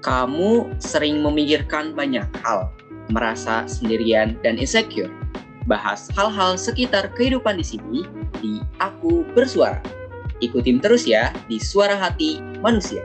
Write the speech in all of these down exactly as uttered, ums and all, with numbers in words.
Kamu sering memikirkan banyak hal, merasa sendirian dan insecure. Bahas hal-hal sekitar kehidupan di sini di Aku Bersuara. Ikutin terus ya di Suara Hati Manusia.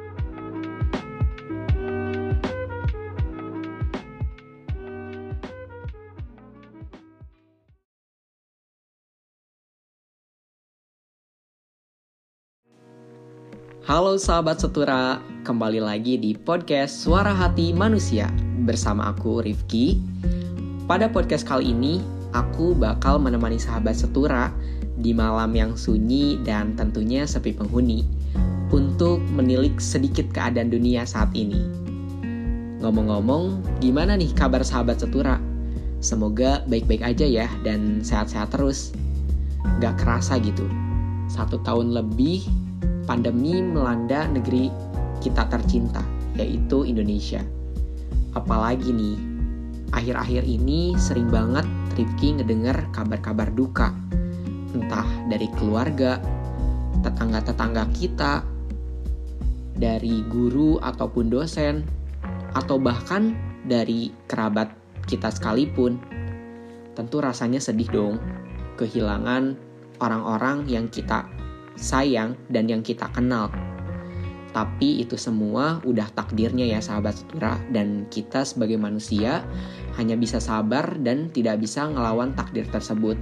Halo sahabat setura, kembali lagi di podcast Suara Hati Manusia bersama aku Rifki. Pada podcast kali ini, aku bakal menemani sahabat setura di malam yang sunyi dan tentunya sepi penghuni untuk menilik sedikit keadaan dunia saat ini. Ngomong-ngomong, gimana nih kabar sahabat setura? Semoga baik-baik aja ya dan sehat-sehat terus. Gak kerasa gitu, satu tahun lebih pandemi melanda negeri kita tercinta, yaitu Indonesia. Apalagi nih, akhir-akhir ini sering banget Rifki ngedenger kabar-kabar duka. Entah dari keluarga, tetangga-tetangga kita, dari guru ataupun dosen, atau bahkan dari kerabat kita sekalipun. Tentu rasanya sedih dong, kehilangan orang-orang yang kita sayang dan yang kita kenal. Tapi itu semua udah takdirnya ya sahabat setura, dan kita sebagai manusia hanya bisa sabar dan tidak bisa ngelawan takdir tersebut.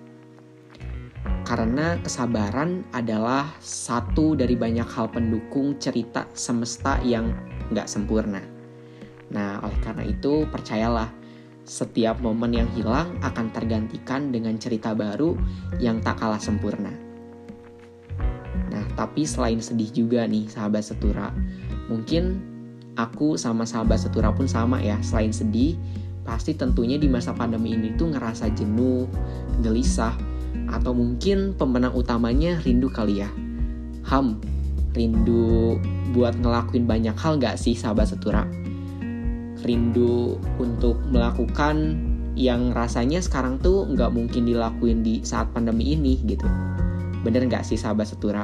Karena kesabaran adalah satu dari banyak hal pendukung cerita semesta yang gak sempurna. Nah, oleh karena itu percayalah, setiap momen yang hilang akan tergantikan dengan cerita baru yang tak kalah sempurna. Nah, tapi selain sedih juga nih sahabat setura, mungkin aku sama sahabat setura pun sama ya. Selain sedih, pasti tentunya di masa pandemi ini tuh ngerasa jenuh, gelisah, atau mungkin pemenang utamanya rindu kali ya. Ham, rindu buat ngelakuin banyak hal gak sih sahabat setura? Rindu untuk melakukan yang rasanya sekarang tuh gak mungkin dilakuin di saat pandemi ini gitu. Bener gak sih sahabat setura?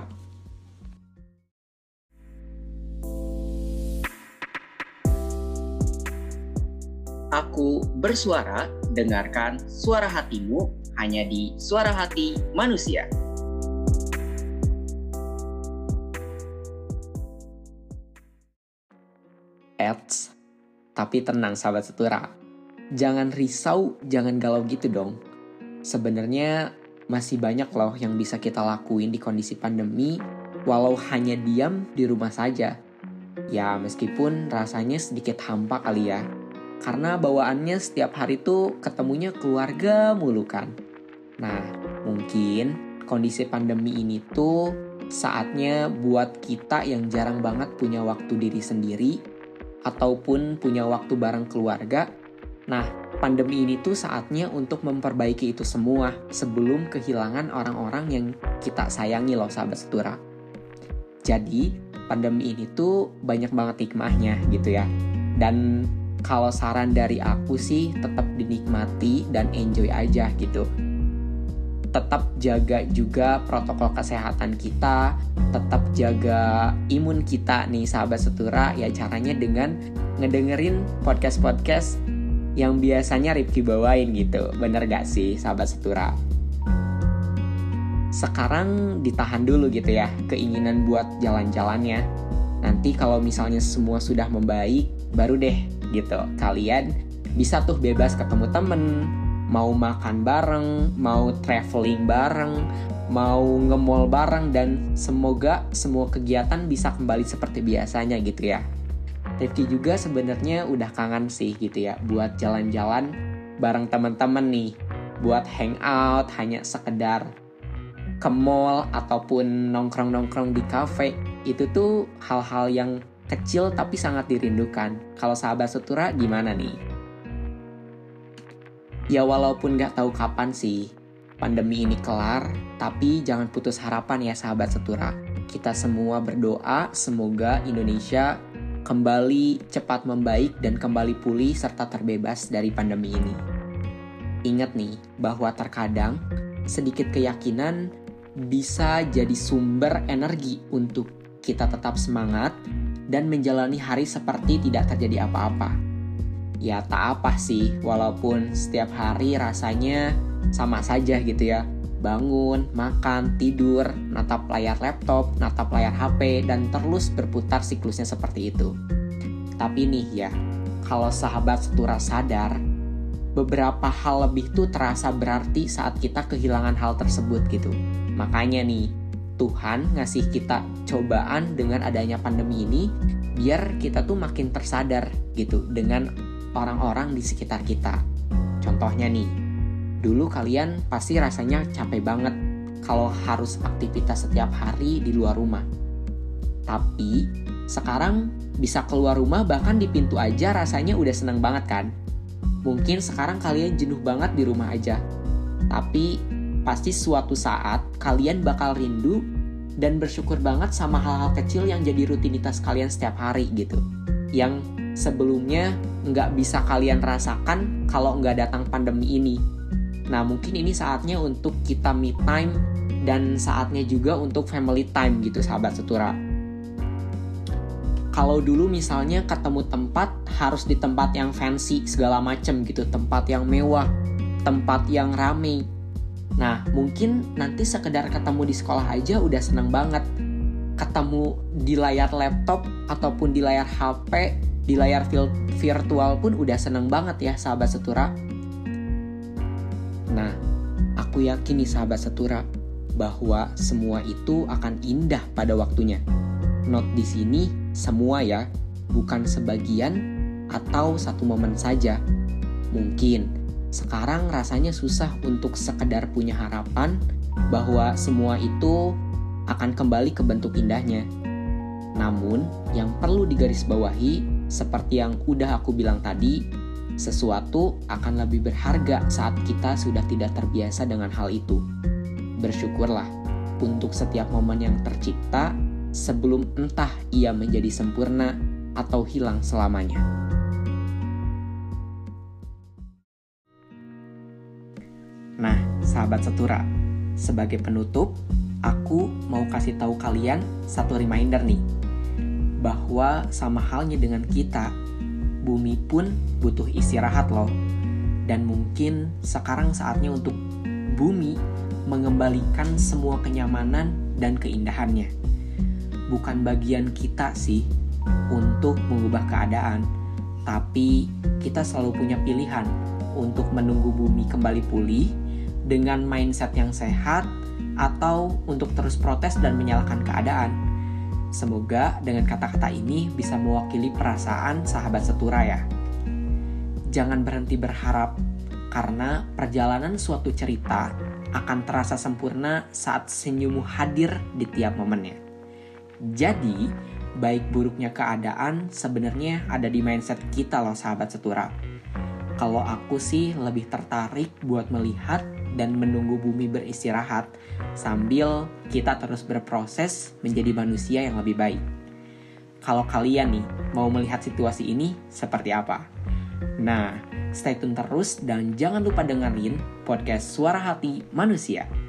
Aku Bersuara, dengarkan suara hatimu hanya di Suara Hati Manusia. Eits, tapi tenang sahabat setura. Jangan risau, jangan galau gitu dong. Sebenarnya masih banyak loh yang bisa kita lakuin di kondisi pandemi, walau hanya diam di rumah saja. Ya meskipun rasanya sedikit hampa kali ya, karena bawaannya setiap hari tuh ketemunya keluarga mulu kan. Nah, mungkin kondisi pandemi ini tuh saatnya buat kita yang jarang banget punya waktu diri sendiri ataupun punya waktu bareng keluarga. Nah, pandemi ini tuh saatnya untuk memperbaiki itu semua sebelum kehilangan orang-orang yang kita sayangi loh sahabat setura. Jadi, pandemi ini tuh banyak banget hikmahnya gitu ya. Dan kalau saran dari aku sih tetap dinikmati dan enjoy aja gitu. Tetap jaga juga protokol kesehatan kita, tetap jaga imun kita nih sahabat setura. Ya caranya dengan ngedengerin podcast-podcast yang biasanya Rifki bawain gitu. Bener gak sih sahabat setura? Sekarang ditahan dulu gitu ya keinginan buat jalan-jalannya. Nanti kalau misalnya semua sudah membaik, baru deh gitu kalian bisa tuh bebas ketemu temen, mau makan bareng, mau traveling bareng, mau nge-mall bareng, dan semoga semua kegiatan bisa kembali seperti biasanya gitu ya. Rifki juga sebenarnya udah kangen sih gitu ya buat jalan-jalan bareng teman-teman nih, buat hangout hanya sekedar ke mall ataupun nongkrong-nongkrong di kafe. Itu tuh hal-hal yang kecil tapi sangat dirindukan. Kalau sahabat setura gimana nih? Ya walaupun gak tahu kapan sih pandemi ini kelar, tapi jangan putus harapan ya sahabat setura. Kita semua berdoa semoga Indonesia kembali cepat membaik dan kembali pulih serta terbebas dari pandemi ini. Ingat nih bahwa terkadang sedikit keyakinan bisa jadi sumber energi untuk kita tetap semangat dan menjalani hari seperti tidak terjadi apa-apa. Ya tak apa sih, walaupun setiap hari rasanya sama saja gitu ya. Bangun, makan, tidur, natap layar laptop, natap layar H P, dan terus berputar siklusnya seperti itu. Tapi nih ya, kalau sahabat setura sadar, beberapa hal lebih tuh terasa berarti saat kita kehilangan hal tersebut gitu. Makanya nih, Tuhan ngasih kita cobaan dengan adanya pandemi ini, biar kita tuh makin tersadar gitu dengan orang-orang di sekitar kita. Contohnya nih, dulu kalian pasti rasanya capek banget kalau harus aktivitas setiap hari di luar rumah. Tapi sekarang bisa keluar rumah, bahkan di pintu aja rasanya udah seneng banget kan? Mungkin sekarang kalian jenuh banget di rumah aja. Tapi pasti suatu saat kalian bakal rindu dan bersyukur banget sama hal-hal kecil yang jadi rutinitas kalian setiap hari gitu. Yang sebelumnya nggak bisa kalian rasakan kalau nggak datang pandemi ini. Nah, mungkin ini saatnya untuk kita me time dan saatnya juga untuk family time gitu, sahabat setura. Kalau dulu misalnya ketemu tempat harus di tempat yang fancy segala macem gitu, tempat yang mewah, tempat yang rame. Nah, mungkin nanti sekedar ketemu di sekolah aja udah seneng banget. Ketemu di layar laptop ataupun di layar H P, di layar virtual pun udah seneng banget ya, sahabat setura. Nah, aku yakin nih sahabat setura, bahwa semua itu akan indah pada waktunya. Not di sini semua ya, bukan sebagian atau satu momen saja. Mungkin sekarang rasanya susah untuk sekedar punya harapan bahwa semua itu akan kembali ke bentuk indahnya. Namun, yang perlu digarisbawahi, seperti yang udah aku bilang tadi, sesuatu akan lebih berharga saat kita sudah tidak terbiasa dengan hal itu. Bersyukurlah untuk setiap momen yang tercipta sebelum entah ia menjadi sempurna atau hilang selamanya. Nah, sahabat setura, sebagai penutup, aku mau kasih tahu kalian satu reminder nih, bahwa sama halnya dengan kita, bumi pun butuh istirahat loh. Dan mungkin sekarang saatnya untuk bumi mengembalikan semua kenyamanan dan keindahannya. Bukan bagian kita sih untuk mengubah keadaan, tapi kita selalu punya pilihan untuk menunggu bumi kembali pulih dengan mindset yang sehat, atau untuk terus protes dan menyalahkan keadaan. Semoga dengan kata-kata ini bisa mewakili perasaan sahabat setura ya. Jangan berhenti berharap, karena perjalanan suatu cerita akan terasa sempurna saat senyummu hadir di tiap momennya. Jadi, baik buruknya keadaan sebenarnya ada di mindset kita loh sahabat setura. Kalau aku sih lebih tertarik buat melihat dan menunggu bumi beristirahat sambil kita terus berproses menjadi manusia yang lebih baik. Kalau kalian nih mau melihat situasi ini seperti apa? Nah, stay tune terus dan jangan lupa dengerin podcast Suara Hati Manusia.